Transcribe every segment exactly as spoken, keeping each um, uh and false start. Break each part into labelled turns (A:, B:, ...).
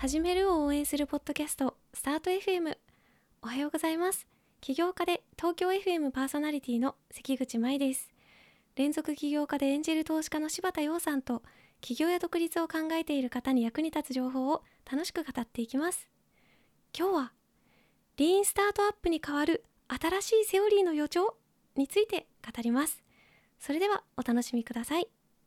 A: 始めるを応援するポッドキャストスタート エフエム。 おはようございます。起業家で東京 エフエム パーソナリティの関口舞です。連続起業家でエンジェル投資家の柴田洋さんと起業や独立を考えている方に役に立つ情報を楽しく語っていきます。今日はリーンスタートアップに代わる新しいセオリーの予兆について語ります。それではお楽しみください。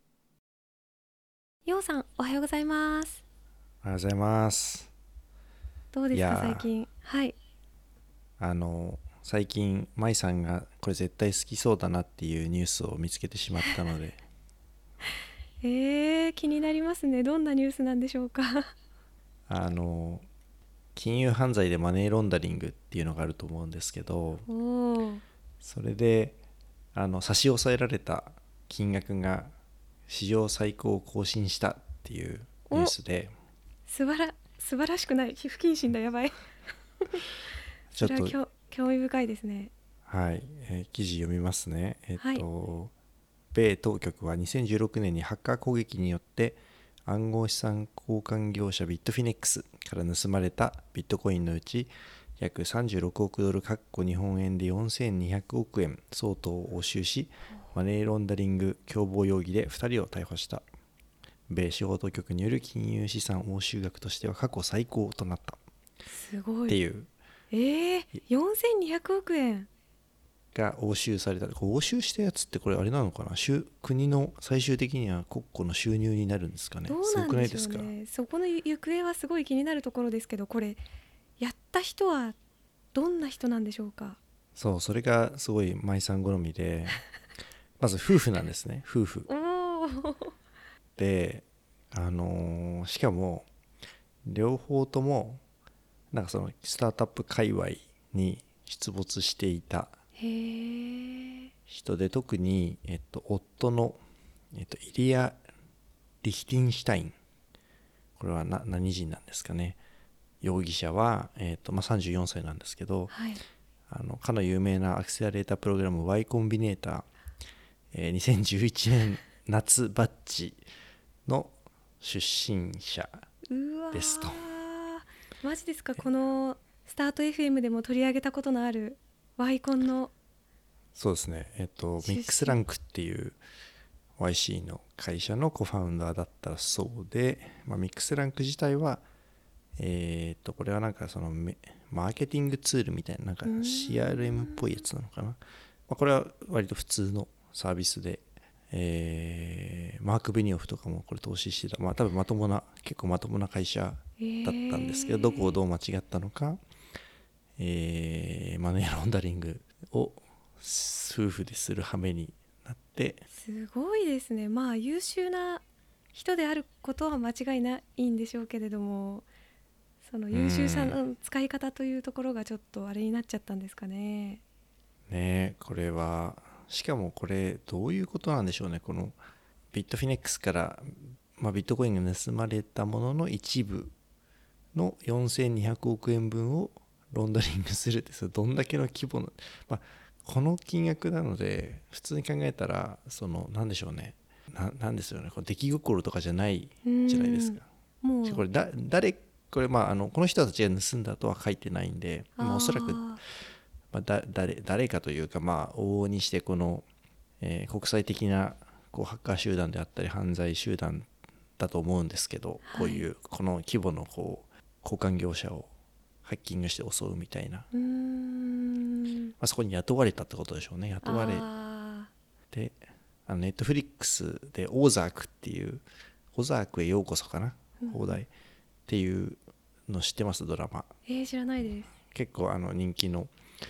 A: 洋さん、おはようございます。
B: おはようございます。
A: どうですか最近。はい。
B: あの最近舞さんがこれ絶対好きそうだなっていうニュースを見つけてしまったので
A: えー、気になりますね。どんなニュースなんでしょうか。
B: あの金融犯罪でマネーロンダリングっていうのがあると思うんですけど、
A: お
B: それであの差し押さえられた金額が史上最高を更新したっていうニュースで、
A: 素晴ら素晴らしくない。不謹慎だ。やばい。
B: ちょっと
A: それは興味深いですね。
B: はい、えー記事読みますね。えっと、
A: はい
B: 米当局はにせんじゅうろくねんにハッカー攻撃によって暗号資産交換業者ビットフィネックスから盗まれたビットコインのうち約さんじゅうろくおくドルかっこ日本円でよんせんにひゃくおくえん相当を押収し、マネーロンダリング共謀容疑でふたりを逮捕した。米司法当局による金融資産押収額としては過去最高となった
A: すごい。
B: っていう
A: えー、よんせんにひゃくおくえん
B: が押収された。押収したやつってこれあれなのかな、国の最終的には国庫の収入になるんですかね。
A: どうなんでしょうね。そこの行方はすごい気になるところですけど、これやった人はどんな人なんでしょうか。
B: そう、それがすごい舞さん好みでまず夫婦なんですね。夫婦
A: おー
B: で、あのーしかも両方ともなんかそのスタートアップ界隈に出没していた
A: へー
B: 人で、特に、えっと、夫の、えっと、イリア・リヒテンシュタイン、これはな何人なんですかね。容疑者は、えっとまあ、さんじゅうよんさいなんですけど、
A: はい
B: あのかの有名なアクセラレータープログラム Y コンビネーター、えー、にせんじゅういちねん夏バッジの出身者
A: うわー
B: ですと。
A: マジですか。このスタート エフエム でも取り上げたことのあるワイコンの。
B: そうですね、えっと
A: 出身
B: ミックスランクっていう ワイシー の会社のコファウンダーだったそうで、まあ、ミックスランク自体はえっとこれはなんかそのメマーケティングツールみたいな、なんか シーアールエム っぽいやつなのかな。まあ、これは割と普通のサービスで、えーマーク・ベニオフとかもこれ投資してた、まあ多分まともな結構まともな会社だったんですけど、どこをどう間違ったのか、えーマネーロンダリングを夫婦でする羽目になって。
A: すごいですね。まあ優秀な人であることは間違いないんでしょうけれども、その優秀さの使い方というところがちょっとあれになっちゃったんですかね。
B: ね、これはしかもこれどういうことなんでしょうね。このビットフィネックスから、まあ、ビットコインが盗まれたものの一部のよんせんにひゃくおくえんぶんをロンダリングするって、それどんだけの規模の、まあ、この金額なので普通に考えたらそのなんでしょうね、ななんですよね、これ出来心とかじゃないじゃないですか。
A: もう
B: これだ誰これまああのこの人たちが盗んだとは書いてないんで、まあ、おそらく、まあ、だ 誰, 誰かというか、まあ往々にしてこの、えー国際的なこうハッカー集団であったり犯罪集団だと思うんですけど、
A: はい、
B: こういうこの規模のこう交換業者をハッキングして襲うみたいな、
A: うーん
B: まあ、そこに雇われたってことでしょうね。雇われ
A: あ
B: て、あのネットフリックスでオーザークっていうオザークへようこそかな、放題っていうの知ってます？ドラマ。
A: えー、知らないです。
B: 結構あの人気の、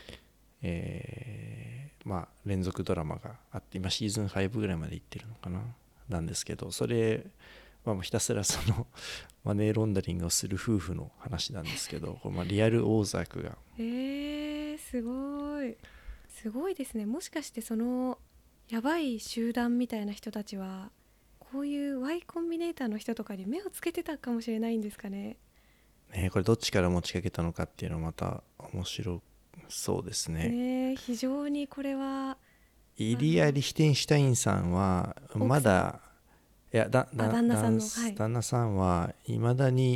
B: えーまあ、連続ドラマがあって、今シーズンごぐらいまでいってるのかな、なんですけど、それはもうひたすらそのマネーロンダリングをする夫婦の話なんですけど、これまあリアルオーザークが
A: えー、すごいすごいですね。もしかしてそのやばい集団みたいな人たちはこういう Y コンビネーターの人とかに目をつけてたかもしれないんですかね。
B: ね、これどっちから持ちかけたのかっていうのはまた面白そうですね。
A: ね、非常にこれは
B: イリア・リヒテンシュタインさんはまだ、いやだだ
A: 旦那さんの
B: 旦
A: はい
B: 旦那さんはいまだに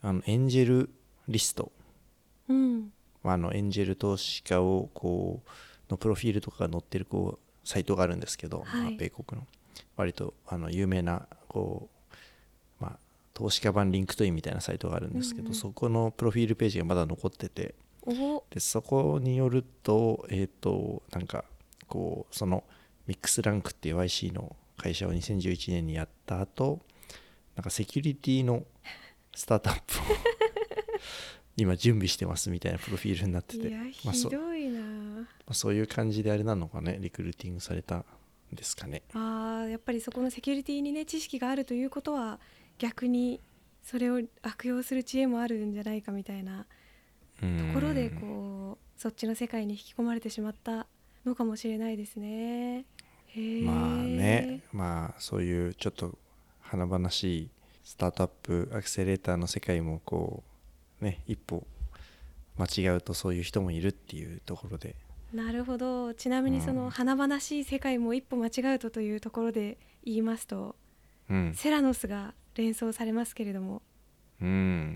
B: あのエンジェルリスト、
A: うん
B: あのエンジェル投資家をこうのプロフィールとかが載ってるこうサイトがあるんですけど、
A: はい
B: まあ、米国の割とあの有名なこう、まあ、投資家版リンクトインみたいなサイトがあるんですけど、
A: うんうん、
B: そこのプロフィールページがまだ残ってて、
A: お
B: でそこによるとえっ、ー、となんかこうそのミックスランクっていう ワイシー の会社をにせんじゅういちねんにやった後、なんかセキュリティのスタートアップを今準備してますみたいなプロフィールになってて、
A: いや
B: まあ、
A: ひどいな、
B: まあ、そういう感じであれなのかね、リクルーティングされたんですかね。
A: あーやっぱりそこのセキュリティにね知識があるということは逆にそれを悪用する知恵もあるんじゃないかみたいなところでこうそっちの世界に引き込まれてしまったのかもしれないですね。へー
B: まあね、まあそういうちょっと華々しいスタートアップアクセレーターの世界もこうね一歩間違うとそういう人もいるっていうところで。
A: なるほど。ちなみにその華々しい世界も一歩間違うとというところで言いますと、
B: うん、
A: セラノスが連想されますけれども、
B: うん、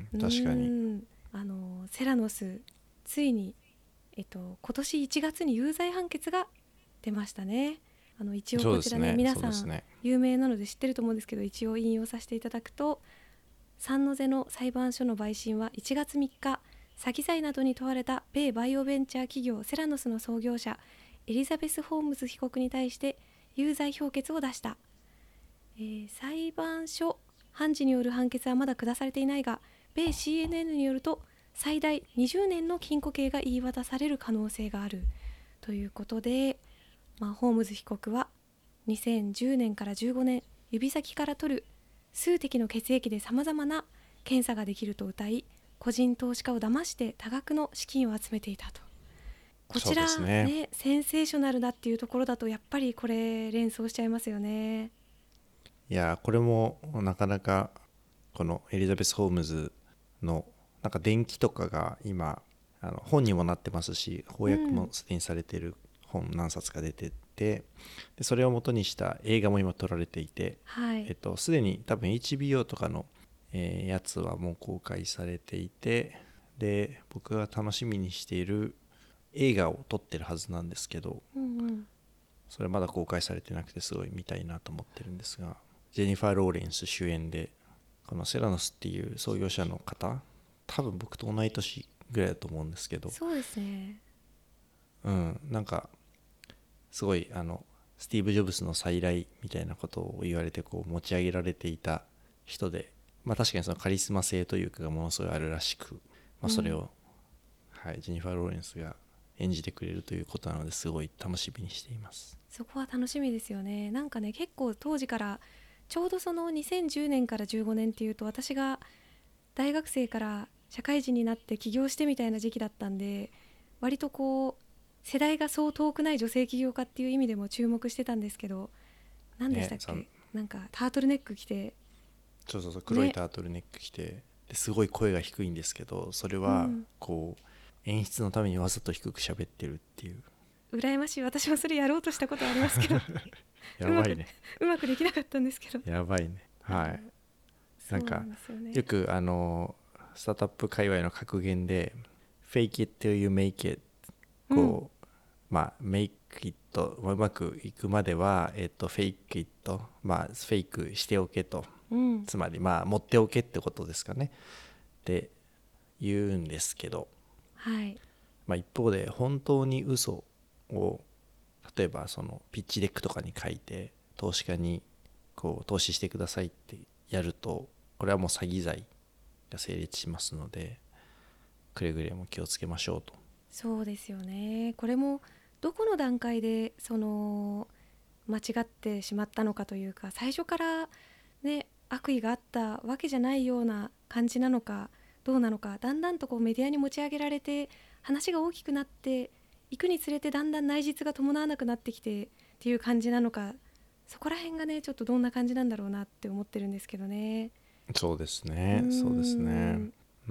B: 確かに。
A: うんあのセラノスついに、えっと、今年いちがつに有罪判決が出ましたね。あの一応こちら ね, ね皆さん、ね、有名なので知ってると思うんですけど、一応引用させていただくと、サンノゼの裁判所の陪審はいちがつみっか、詐欺罪などに問われた米バイオベンチャー企業セラノスの創業者エリザベス・ホームズ被告に対して有罪評決を出した。えー、裁判所判事による判決はまだ下されていないが、米 シーエヌエヌ によると最大にじゅうねんの禁錮刑が言い渡される可能性があるということで、まあ、ホームズ被告はにせんじゅうねんからじゅうごねん、指先から取る数滴の血液でさまざまな検査ができると謳い、個人投資家を騙して多額の資金を集めていたと。こちら、ねね、センセーショナルだっていうところだとやっぱりこれ連想しちゃいますよね。
B: いやこれもなかなかこのエリザベス・ホームズのなんか伝記とかが今あの本にもなってますし、翻訳もすでにされている本何冊か出てて、でそれを元にした映画も今撮られていて、
A: はい、
B: えっと、すでに多分 エイチビーオー とかの、えー、やつはもう公開されていて、で僕が楽しみにしている映画を撮ってるはずなんですけど、
A: うんうん、
B: それまだ公開されてなくてすごい見たいなと思ってるんですが、ジェニファー・ローレンス主演で、このセラノスっていう創業者の方、多分僕と同い年ぐらいだと思うんですけど、
A: そうですね、
B: うん、なんかすごいあのスティーブ・ジョブズの再来みたいなことを言われてこう持ち上げられていた人で、まあ確かにそのカリスマ性というかがものすごいあるらしく、まあ、それを、うんはい、ジェニファー・ローレンスが演じてくれるということなのですごい楽しみにしています。
A: そこは楽しみですよね。なんかね結構当時からちょうどそのにせんじゅうねんからじゅうごねんっていうと、私が大学生から社会人になって起業してみたいな時期だったんで、割とこう世代がそう遠くない女性起業家っていう意味でも注目してたんですけど、何でしたっけ、ね、なんかタートルネック着て、
B: そうそうそう、黒いタートルネック着て、ね、ですごい声が低いんですけど、それはこう、うん、演出のためにわざと低く喋ってるっていう。
A: 羨ましい。私もそれやろうとしたことありますけど
B: やばいね
A: うまくできなかったんですけど、
B: やばいね。はい、なんか
A: よ、ね、
B: よくあのスタートアップ界隈の格言で Fake it till you make it、 こう、うん、まあ make it うまくいくまでは、えっと、fake it、 まあフェイクしておけと、うん、つまりまあ持っておけってことですかねって言うんですけど、
A: はい
B: まあ、一方で本当に嘘を例えばそのピッチデックとかに書いて投資家にこう投資してくださいってやると、これはもう詐欺罪が成立しますので、くれぐれも気をつけましょうと。
A: そうですよね。これもどこの段階でその間違ってしまったのかというか、最初からね悪意があったわけじゃないような感じなのかどうなのか、だんだんとこうメディアに持ち上げられて話が大きくなっていくにつれてだんだん内実が伴わなくなってきてっていう感じなのか、そこら辺がねちょっとどんな感じなんだろうなって思ってるんですけどね。
B: そうですね、そうですね。うん。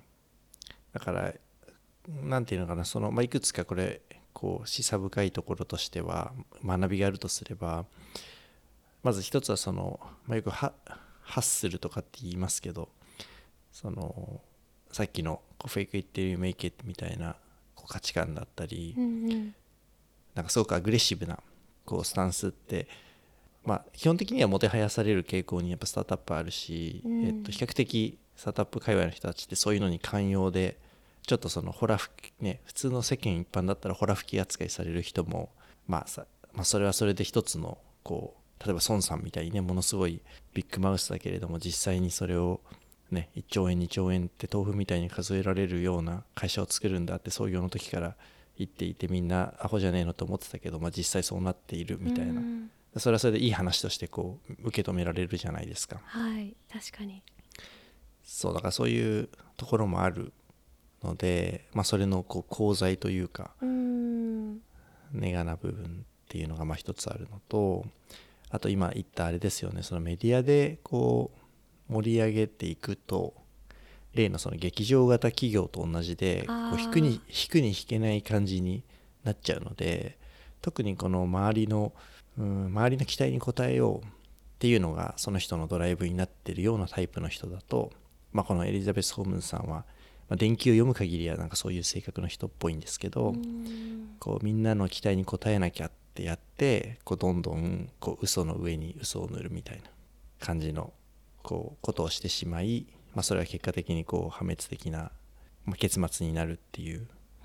B: だからなんていうのかな、その、まあ、いくつかこれこう示唆深いところとしては学びがあるとすれば、まず一つはその、まあ、よくハッスルとかって言いますけど、 そのさっきのこうフェイクイットユーメイクイットみたいなこう価値観だったり、
A: うんうん、
B: なんかすごくアグレッシブなこうスタンスって、まあ、基本的にはもてはやされる傾向にやっぱスタートアップあるし、うん、えっと、比較的スタートアップ界隈の人たちってそういうのに寛容で、ちょっとそのホラ吹き、ね、普通の世間一般だったらホラ吹き扱いされる人も、まあさまあ、それはそれで一つのこう例えば孫さんみたいにねものすごいビッグマウスだけれども実際にそれをねいっちょうえんにちょうえんって豆腐みたいに数えられるような会社を作るんだって創業の時から言っていて、みんなアホじゃねえのと思ってたけど、まあ、実際そうなっているみたいな、うん、それはそれでいい話としてこう受け止められるじゃないですか。
A: はい、確かに。
B: そうだからそういうところもあるので、まあ、それのこう功罪というか、うん、ネガな部分っていうのがまあ一つあるのと、あと今言ったあれですよね、そのメディアでこう盛り上げていくと例のその劇場型企業と同じでこう引くに引くに引けない感じになっちゃうので、特にこの周りの、うん、周りの期待に応えようっていうのがその人のドライブになってるようなタイプの人だと、まあ、このエリザベス・ホームズさんはまあ、電気を読む限りはなんかそういう性格の人っぽいんですけど、こうみんなの期待に応えなきゃってやってこうどんどんこう嘘の上に嘘を塗るみたいな感じのこうことをしてしまい、まあ、それは結果的にこう破滅的な、まあ、結末になるっていう、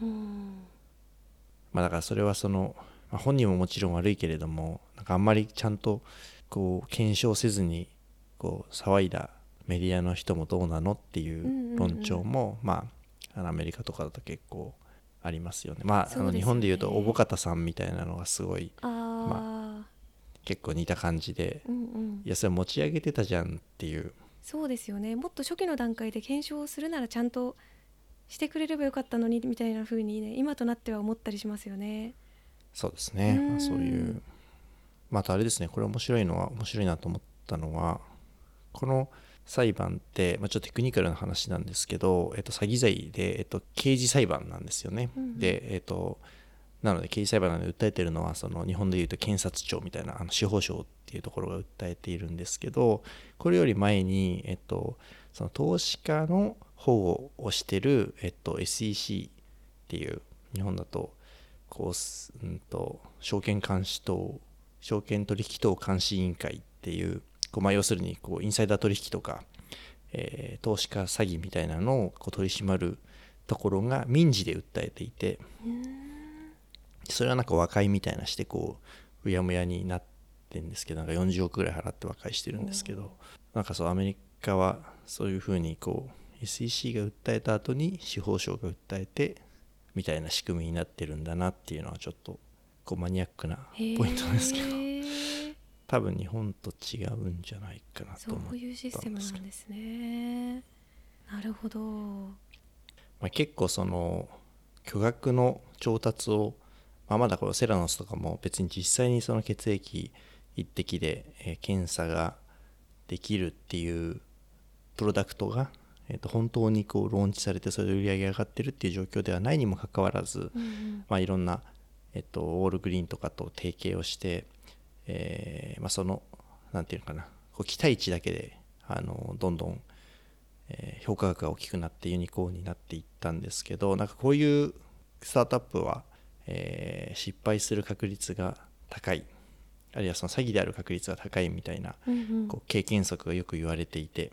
B: まあ、だからそれはその、まあ、本人ももちろん悪いけれども、なんかあんまりちゃんとこう検証せずにこう騒いだメディアの人もどうなのっていう論調も、まあ、あのアメリカとかだと結構ありますよね。まあ、あの日本でいうとおぼかたさんみたいなのがすごい、まあ、結構似た感じで、うんうん、いやそれ持ち上げてたじゃんっていう。
A: そうですよね。もっと初期の段階で検証するならちゃんとしてくれればよかったのにみたいな風にね、今となっては思ったりしますよね。
B: そうですね、まあ、そういうまたあれですね、これ面白いのは面白いなと思ったのは、この裁判って、まあ、ちょっとテクニカルな話なんですけど、えっと、詐欺罪で、えっと、刑事裁判なんですよね、うんうん、で、えっと、なので刑事裁判なので訴えてるのはその日本でいうと検察庁みたいなあの司法省っていうところが訴えているんですけど、これより前に、えっと、その投資家の保護をしてる、えっと、エスイーシー っていう日本だとこう、うんと、証券監視等証券取引等監視委員会っていうこうまあ、要するにこうインサイダー取引とか、えー、投資家詐欺みたいなのをこう取り締まるところが民事で訴えていて、それはなんか和解みたいなしてこううやむやになってるんですけど、なんかよんじゅうおくぐらい払って和解してるんですけど、なんかそうアメリカはそういうふうにこう エスイーシー が訴えた後に司法省が訴えてみたいな仕組みになってるんだなっていうのはちょっとこうマニアックなポイントですけど、多分日本と違うんじゃないかなと思ったんですけど。
A: そういうシステムなんですね。なるほど。ま
B: あ、結構その巨額の調達を、まあ、まだこのセラノスとかも別に実際にその血液一滴で、えー、検査ができるっていうプロダクトが、えー、と本当にこうローンチされてそれで売り上げ上がってるっていう状況ではないにもかかわらず、うんうんまあ、いろんな、えー、とウォールグリーンとかと提携をしてえーまあ、そのなんていうのかなこう期待値だけであのどんどん、えー、評価額が大きくなってユニコーンになっていったんですけど、なんかこういうスタートアップは、えー、失敗する確率が高い、あるいはその詐欺である確率が高いみたいな、うんうん、こう経験則がよく言われていて、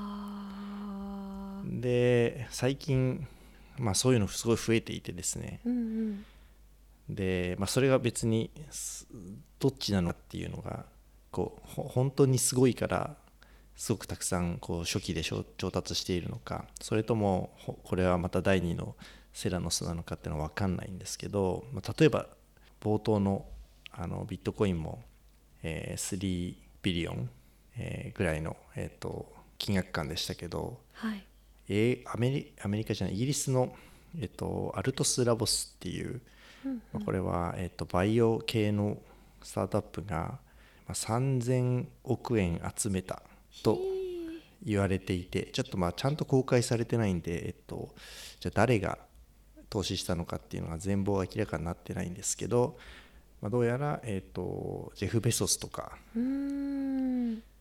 B: あで最近、まあ、そういうのすごい増えていてですね、うんうんでまあ、それが別にどっちなのかっていうのがこう本当にすごいからすごくたくさんこう初期で調達しているのか、それともこれはまた第二のセラノスなのかっていうのは分かんないんですけど、まあ、例えば冒頭 の, あのビットコインも、えー、スリービリオン、えー、ぐらいの、えー、と金額感でしたけど、はいえー、アメリアメリカじゃないイギリスの、えー、とアルトスラボスっていううんうん、これは、えー、とバイオ系のスタートアップがさんぜんおくえん集めたと言われていて、ちょっとまあちゃんと公開されてないんで、えっと、じゃあ誰が投資したのかっていうのが全貌は明らかになってないんですけど、まあ、どうやら、えっと、ジェフ・ベソスとかうーん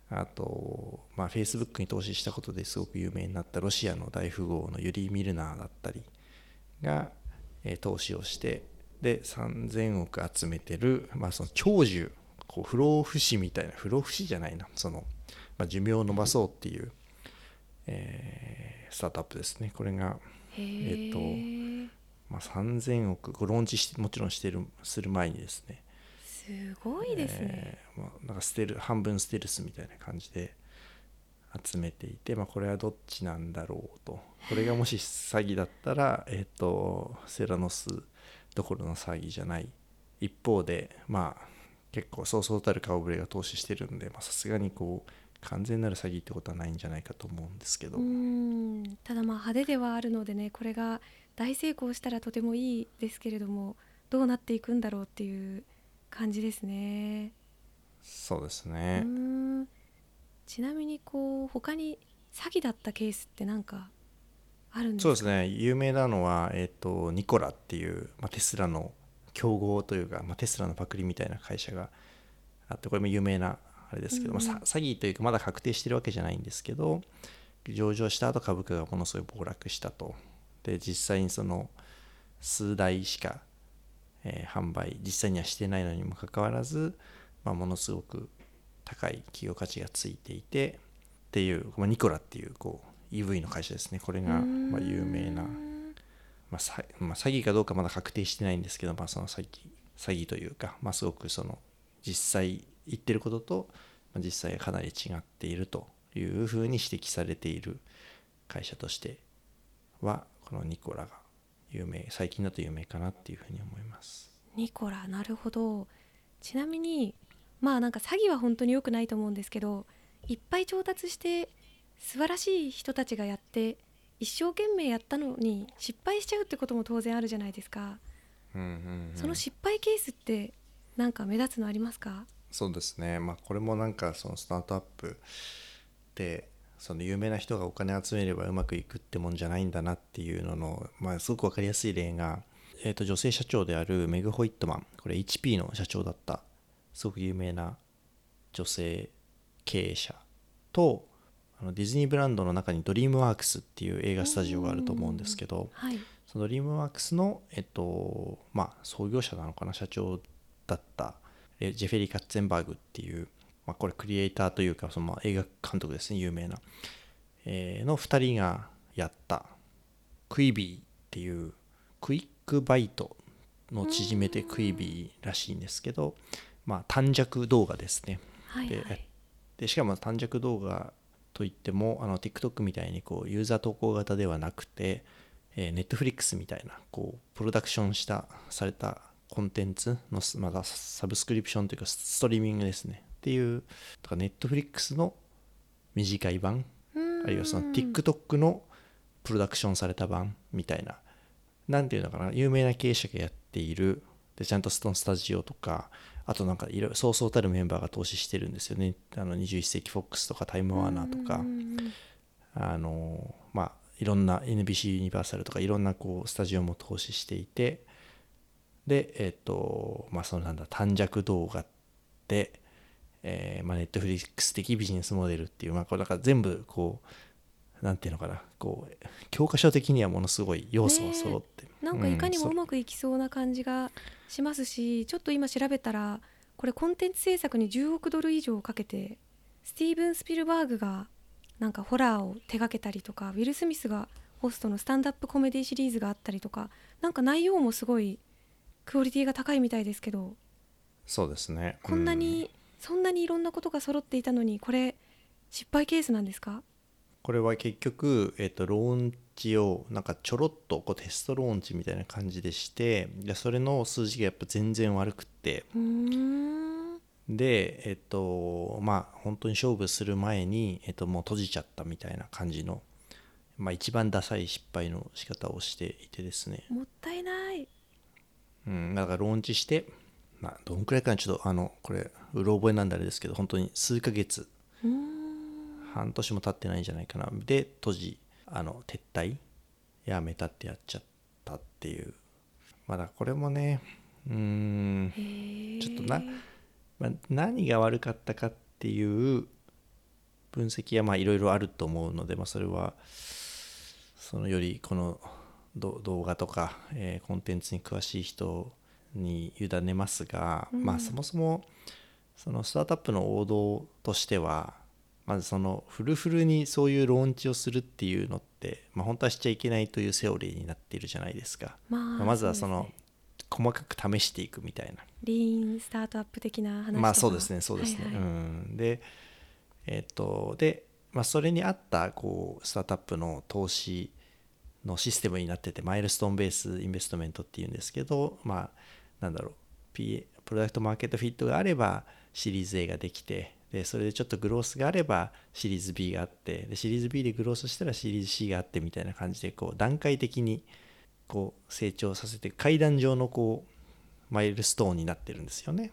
B: あと、まあ、Facebook に投資したことですごく有名になったロシアの大富豪のユリー・ミルナーだったりが、えー、投資をしてでさんぜんおく集めてる、まあ、その長寿こう不老不死みたいな不老不死じゃないなその、まあ、寿命を伸ばそうっていう、えー、スタートアップですね。これが
A: へー、
B: えーとまあ、さんぜんおくローンチしもちろんしてるする前にですね
A: すごいですね、
B: えーまあ、なんかステル半分ステルスみたいな感じで集めていて、まあ、これはどっちなんだろうと。これがもし詐欺だったら、えっとセラノスどころの詐欺じゃない。一方でまあ結構そうそうたる顔ぶれが投資してるんでさすがにこう完全なる詐欺ってことはないんじゃないかと思うんですけど、
A: うーんただまあ派手ではあるのでね、これが大成功したらとてもいいですけれども、どうなっていくんだろうっていう感じですね。
B: そうです
A: う
B: ね。
A: ーんちなみにこう他に詐欺だったケースって何かあるんですか？
B: そうですね、有名なのは、えっとニコラっていう、まあ、テスラの競合というか、まあ、テスラのパクリみたいな会社があって、これも有名なあれですけど、
A: うんうん
B: まあ、詐欺というかまだ確定してるわけじゃないんですけど、上場した後株価がものすごい暴落したと。で実際にその数台しか、えー販売実際にはしてないのにもかかわらず、まあ、ものすごく高い企業価値がついていてっていう、まあ、ニコラっていうこう イーブイ の会社ですね。これがまあ有名な、まあさまあ、詐欺かどうかまだ確定してないんですけど、まあ、その詐欺詐欺というか、まあ、すごくその実際言ってることと、まあ、実際はかなり違っているというふうに指摘されている会社としてはこのニコラが有名、最近だと有名かなっていうふうに思います。
A: ニコラ、なるほど。ちなみにまあなんか詐欺は本当に良くないと思うんですけど、いっぱい調達して素晴らしい人たちがやって一生懸命やったのに失敗しちゃうってことも当然あるじゃないですか。
B: うんうんうん、
A: その失敗ケースってなんか目立つのありますか？
B: そうですね、まあ、これもなんかそのスタートアップでその有名な人がお金集めればうまくいくってもんじゃないんだなっていうのの、まあ、すごく分かりやすい例が、えー、と女性社長であるメグ・ホイットマン、これ エイチピー の社長だったすごく有名な女性経営者と、あのディズニーブランドの中にドリームワークスっていう映画スタジオがあると思うんですけど、
A: はい、
B: そのドリームワークスの、えっとまあ、創業者なのかな、社長だったえジェフェリー・カッツェンバーグっていう、まあ、これクリエイターというかそのまあ映画監督ですね、有名な、えーのふたりがやったクイビーっていうクイックバイトの縮めてクイビーらしいんですけど、まあ、短尺動画ですね。
A: はいはい、
B: ででしかも短尺動画といってもあの TikTok みたいにこうユーザー投稿型ではなくて、えー、Netflix みたいなこうプロダクションしたされたコンテンツの、まだサブスクリプションというかストリーミングですねっていう、とか Netflix の短い版、あるいはその TikTok のプロダクションされた版みたいな、なんていうのかな、有名な経営者がやっている、でちゃんとストーンスタジオとか、あとなんかいろいろそうそうたるメンバーが投資してるんですよね。あのにじゅういっ世紀フォックスとかタイムワーナーとか、あのまあいろんな エヌビーシー ユニバーサルとかいろんなこうスタジオも投資していて、でえっ、とまあそのなんだ短尺動画で、えー、まあネットフリックス的ビジネスモデルっていう、まあこれだから全部こうなんていうのかな、こう教科書的にはものすごい要素が揃って、
A: ね、なんかいかにも
B: うん
A: うまくいきそうな感じがしますし、ちょっと今調べたらこれコンテンツ制作にじゅうおくドル以上かけて、スティーブン・スピルバーグがなんかホラーを手掛けたりとか、ウィル・スミスがホストのスタンダップコメディシリーズがあったりとか、なんか内容もすごいクオリティが高いみたいですけど、
B: そうですね、
A: こんなに、うん、そんなにいろんなことが揃っていたのに、これ失敗ケースなんですか？
B: これは結局、えーと、ローンチをなんかちょろっとこうテストローンチみたいな感じでして、でそれの数字がやっぱ全然悪くって、
A: うーん
B: でえっ、ー、とまあ本当に勝負する前に、えーと、もう閉じちゃったみたいな感じの、まあ、一番ダサい失敗の仕方をしていてですね、
A: もったいない、
B: うん、だからローンチして、まあ、どんくらいかな、ちょっとあのこれうろ覚えなんであれですけど、本当に数ヶ月、
A: うーん
B: 半年も経ってないんじゃないかな、で閉じあの撤退やめたってやっちゃったっていう、まだこれもね、うーんちょっとな、まあ、何が悪かったかっていう分析はまあいろいろあると思うので、まあ、それはそのよりこの動画とか、えー、コンテンツに詳しい人に委ねますが、
A: うん、
B: まあそもそもそのスタートアップの王道としてはまずそのフルフルにそういうローンチをするっていうのって、まあ、本当はしちゃいけないというセオリーになっているじゃないですか。
A: まあ
B: まあ、まずはその
A: そうですね、
B: 細かく試していくみたいな、
A: リーンスタートアップ的な話とか。
B: まあそうですねそうですね、
A: はいはい、
B: うんでえっとで、まあ、それに合ったこうスタートアップの投資のシステムになってて、マイルストーンベースインベストメントっていうんですけど、まあなんだろう P プロダクトマーケットフィットがあればシリーズ A ができて、でそれでちょっとグロースがあればシリーズ B があって、でシリーズ B でグロースしたらシリーズ C があってみたいな感じで、こう段階的にこう成長させて階段状のこうマイルストーンになってるんですよね。
A: うん、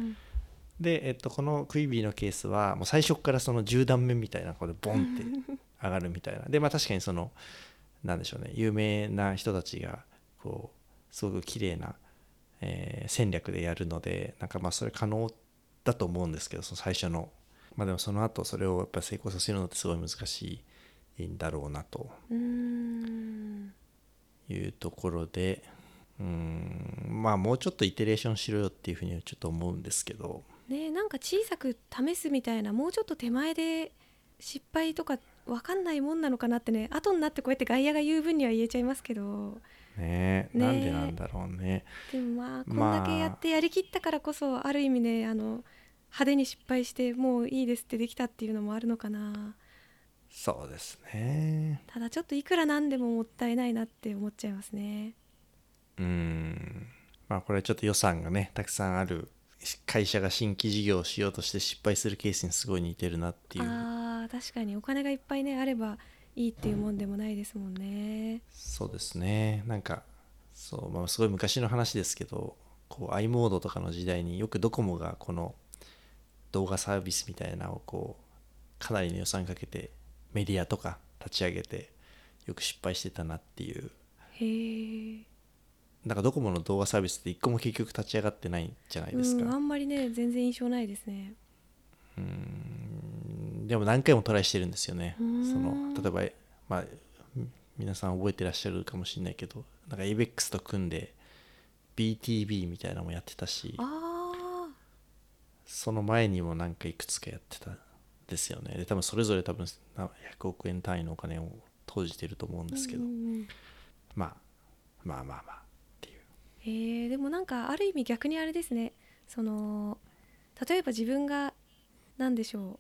B: で、えっと、このクイビーのケースはもう最初からそのじゅう段目みたいなこでボンって上がるみたいな。でまあ確かにそのなんでしょうね、有名な人たちがこうすごく綺麗な、えー戦略でやるので、なんかまあそれ可能だと思うんですけど、その最初のまあでもその後それをやっぱ成功させるのってすごい難しいんだろうなと
A: うん
B: いうところで、うーんまあもうちょっとイテレーションしろよっていうふうにはちょっと思うんですけど
A: ね、なんか小さく試すみたいな、もうちょっと手前で失敗とか分かんないもんなのかなってね、後になってこうやって外野が言う分には言えちゃいますけど
B: ねえ、
A: ね、
B: なんでなんだろうね。
A: でもまあこん
B: まあ
A: だけやってやりきったからこそ、ある意味ね、あの派手に失敗してもういいですってできたっていうのもあるのかな。
B: そうですね。
A: ただちょっといくらなんでももったいないなって思っちゃいますね。
B: うーんまあこれはちょっと予算がねたくさんある会社が新規事業をしようとして失敗するケースにすごい似てるなっていう。
A: あー確かにお金がいっぱいねあればいいっていうもんでもないですもんね。
B: そうですね。なんかそう、まあ、すごい昔の話ですけど、こう i モードとかの時代によくドコモがこの動画サービスみたいなのをこうかなりの予算かけてメディアとか立ち上げてよく失敗してたなっていう。
A: へえ。
B: なんかドコモの動画サービスって一個も結局立ち上がってないじゃないですか。
A: うん、あんまりね全然印象ないですね。
B: うーんでも何回もトライしてるんですよね。
A: うーん
B: その例えば、まあ、皆さん覚えてらっしゃるかもしれないけど、なんか エイベックス と組んで ビーティービー みたいなのもやってたし、
A: あ
B: その前にもなんかいくつかやってたんですよね。で多分それぞれ多分ひゃくおくえん単位のお金を投じてると思うん
A: ー
B: ですけど、
A: うんうんうん、
B: まあまあまあまあっていう。
A: へえ。でもなんかある意味逆にあれですね、その例えば自分が何でしょう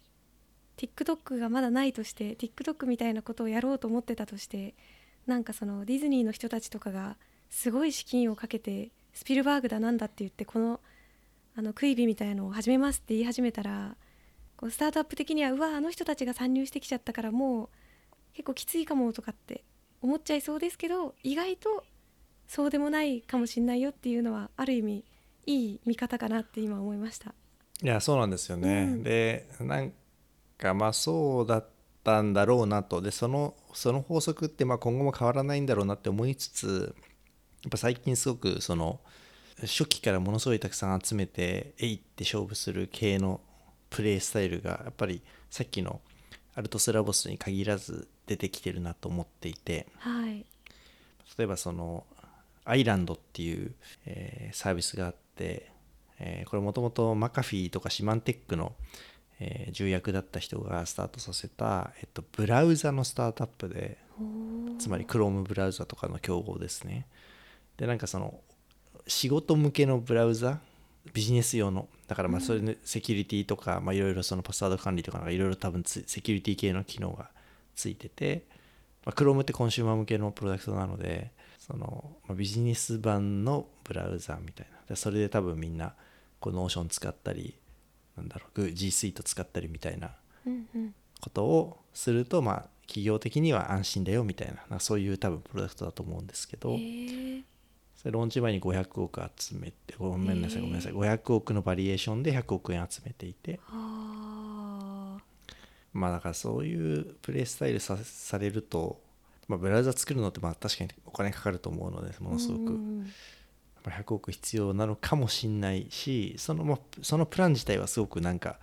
A: TikTok がまだないとして TikTok みたいなことをやろうと思ってたとして、なんかそのディズニーの人たちとかがすごい資金をかけてスピルバーグだなんだって言ってこのあのクイビみたいなのを始めますって言い始めたら、こうスタートアップ的にはうわあの人たちが参入してきちゃったからもう結構きついかもとかって思っちゃいそうですけど、意外とそうでもないかもしんないよっていうのはある意味いい見方かなって今思いました。
B: いやそうなんですよね。
A: うん
B: でなんかまあそうだったんだろうなと。でそのその法則ってまあ今後も変わらないんだろうなって思いつつ、やっぱ最近すごくその初期からものすごいたくさん集めてえいって勝負する系のプレイスタイルがやっぱりさっきのアルトスラボスに限らず出てきてるなと思っていて、
A: はい。
B: 例えばそのアイランドっていう、えーサービスがあって、えーこれもともとマカフィーとかシマンテックの、えー重役だった人がスタートさせた、えっと、ブラウザのスタートアップで、つまり Chrome ブラウザとかの競合ですね。でなんかその仕事向けのブラウザ、ビジネス用のだからまあそれでセキュリティとかいろいろそのパスワード管理とかいろいろ多分セキュリティ系の機能がついてて、まあ、Chrome ってコンシューマー向けのプロダクトなので、その、まあ、ビジネス版のブラウザみたいな。でそれで多分みんなこう Notion 使ったりなんだろう G Suite 使ったりみたいな
A: うんうん
B: ことをすると、まあ企業的には安心だよみたいな、なんかそういう多分プロダクトだと思うんですけど、
A: へえ。
B: それローンチ前にごひゃくおく集めて、ごめんなさいごめんなさい、
A: へー
B: ごひゃくおくのバリエーションでひゃくおくえん集めていて、
A: あ
B: まあだからそういうプレイスタイルさされると、まあ、ブラウザ作るのってまあ確かにお金かかると思うので、ものすごくひゃくおく必要なのかもしれないし、そのまあそのプラン自体はすごくなんか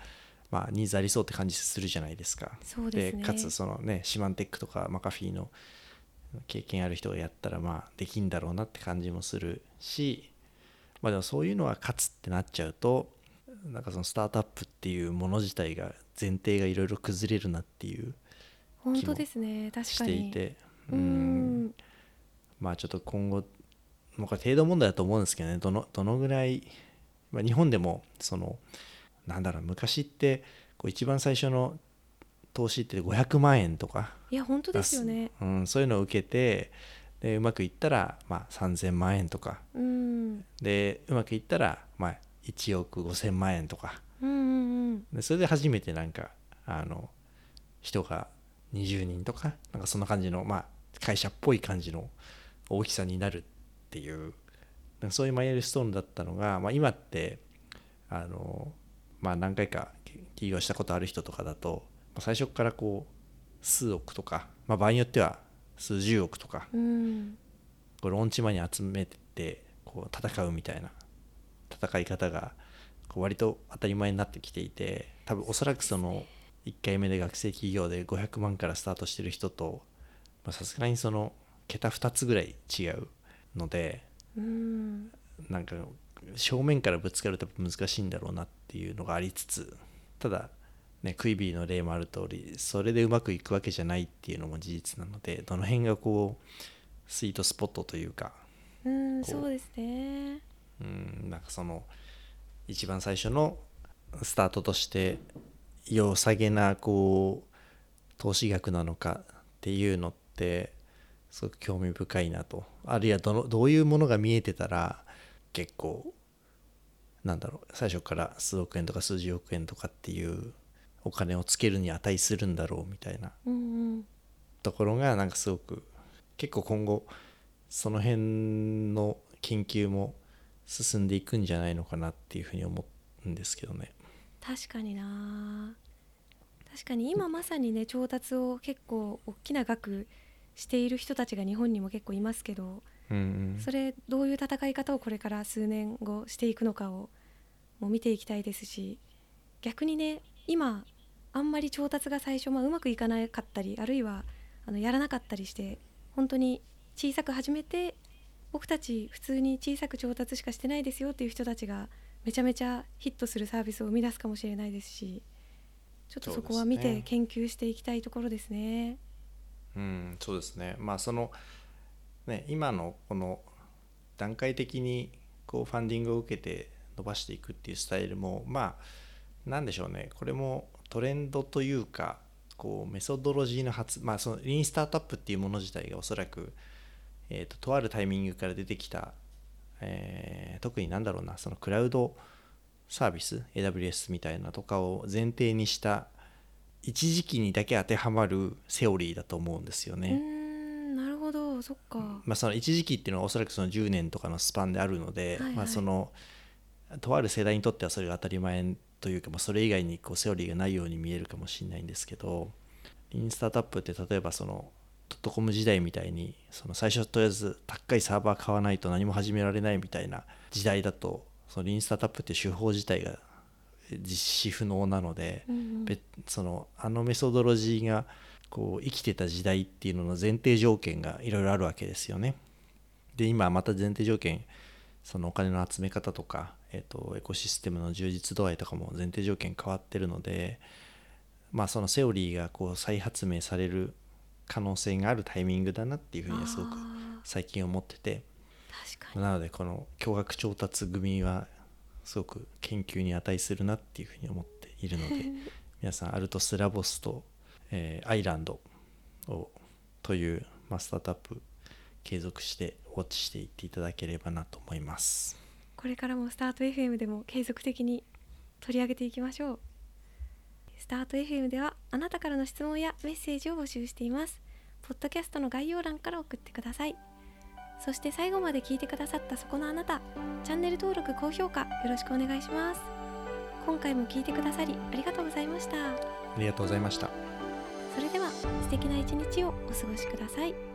B: まあ、ニーズありそうって感じするじゃないですか。
A: そうですね。
B: でかつそのねシマンテックとかマカフィーの経験ある人がやったらまあできんだろうなって感じもするし、まあでもそういうのは勝つってなっちゃうとなんかそのスタートアップっていうもの自体が前提がいろいろ崩れるなっていう
A: 本当ですね、確かに
B: していて、
A: うーん
B: まあちょっと今後もうこれ程度問題だと思うんですけどね、どのどのぐらい、まあ、日本でもそのなんだろう昔ってこう一番最初の投資ってごひゃくまんえんとか、
A: いや本当ですよね。
B: うん、そういうのを受けてでうまくいったらまあさんぜんまんえんとか
A: うん
B: でうまくいったらまあいちおくごせんまんえんとか
A: うんうんうん
B: でそれで初めてなんかあの人がにじゅうにんとかなんかそんな感じのまあ会社っぽい感じの大きさになるっていうそういうマイルストーンだったのが、まあ、今ってあの、まあ、何回か起業したことある人とかだと最初からこう数億とか、まあ、場合によっては数十億とか、
A: うん、
B: こうローンチマに集めてこう戦うみたいな戦い方がこう割と当たり前になってきていて、多分おそらくそのいっかいめで学生企業でごひゃくまんからスタートしてる人とさすがにその桁ふたつぐらい違うので、
A: うん、
B: なんか正面からぶつかると難しいんだろうなっていうのがありつつ、ただねクイビーの例もある通りそれでうまくいくわけじゃないっていうのも事実なので、どの辺がこうスイートスポットというか、
A: うん、そうですね。
B: うん、なんかその一番最初のスタートとして良さげなこう投資額なのかっていうのってすごく興味深いなと。あるいはどのどういうものが見えてたら結構なんだろう最初から数億円とか数十億円とかっていうお金をつけるに値するんだろうみたいな
A: うんうん、
B: ところがなんかすごく結構今後その辺の研究も進んでいくんじゃないのかなっていうふうに思うんですけどね。
A: 確かにな。確かに今まさにね調達を結構大きな額している人たちが日本にも結構いますけど、
B: うんうん、
A: それどういう戦い方をこれから数年後していくのかをもう見ていきたいですし、逆にね今あんまり調達が最初、まあ、うまくいかなかったりあるいはあのやらなかったりして本当に小さく始めて僕たち普通に小さく調達しかしてないですよっていう人たちがめちゃめちゃヒットするサービスを生み出すかもしれないですし、ちょっとそこは見て研究していきたいところですね。
B: うん、そうですね。まあそのね今のこの段階的にこうファンディングを受けて伸ばしていくっていうスタイルもまあなんでしょうね、これもトレンドというかこうメソドロジーの発、まあそのリーンスタートアップっていうもの自体がおそらくえーと、とあるタイミングから出てきた、えー、特になんだろうなそのクラウドサービス エーダブリューエス みたいなとかを前提にした一時期にだけ当てはまるセオリーだと思うんですよね。
A: うーん、なるほど、そっか。
B: まあその一時期っていうのはおそらくそのじゅうねんとかのスパンであるので、
A: はいはい、
B: まあそのとある世代にとってはそれが当たり前というか、まあ、それ以外にこうセオリーがないように見えるかもしれないんですけど、リーンスタートアップって例えばそのドットコム時代みたいにその最初とりあえず高いサーバー買わないと何も始められないみたいな時代だと、そのリーンスタートアップっていう手法自体が実施不能なので、
A: うんうん、
B: そのあのメソドロジーがこう生きてた時代っていうのの前提条件がいろいろあるわけですよね。で今また前提条件、そのお金の集め方とか、えーと、エコシステムの充実度合いとかも前提条件変わってるので、まあそのセオリーがこう再発明される可能性があるタイミングだなっていうふうにはすごく最近思ってて、
A: 確かに
B: なのでこの共学調達組はすごく研究に値するなっていうふうに思っているので皆さんアルトスラボスと、えー、アイランドをという、まあ、スタートアップ継続してウォッチしていっていただければなと思います。
A: これからもスタート エフエム でも継続的に取り上げていきましょう。スタート エフエム ではあなたからの質問やメッセージを募集しています。ポッドキャストの概要欄から送ってください。そして最後まで聞いてくださったそこのあなた、チャンネル登録高評価よろしくお願いします。今回も聞いてくださりありがとうございました。
B: ありがとうございました。
A: それでは素敵な一日をお過ごしください。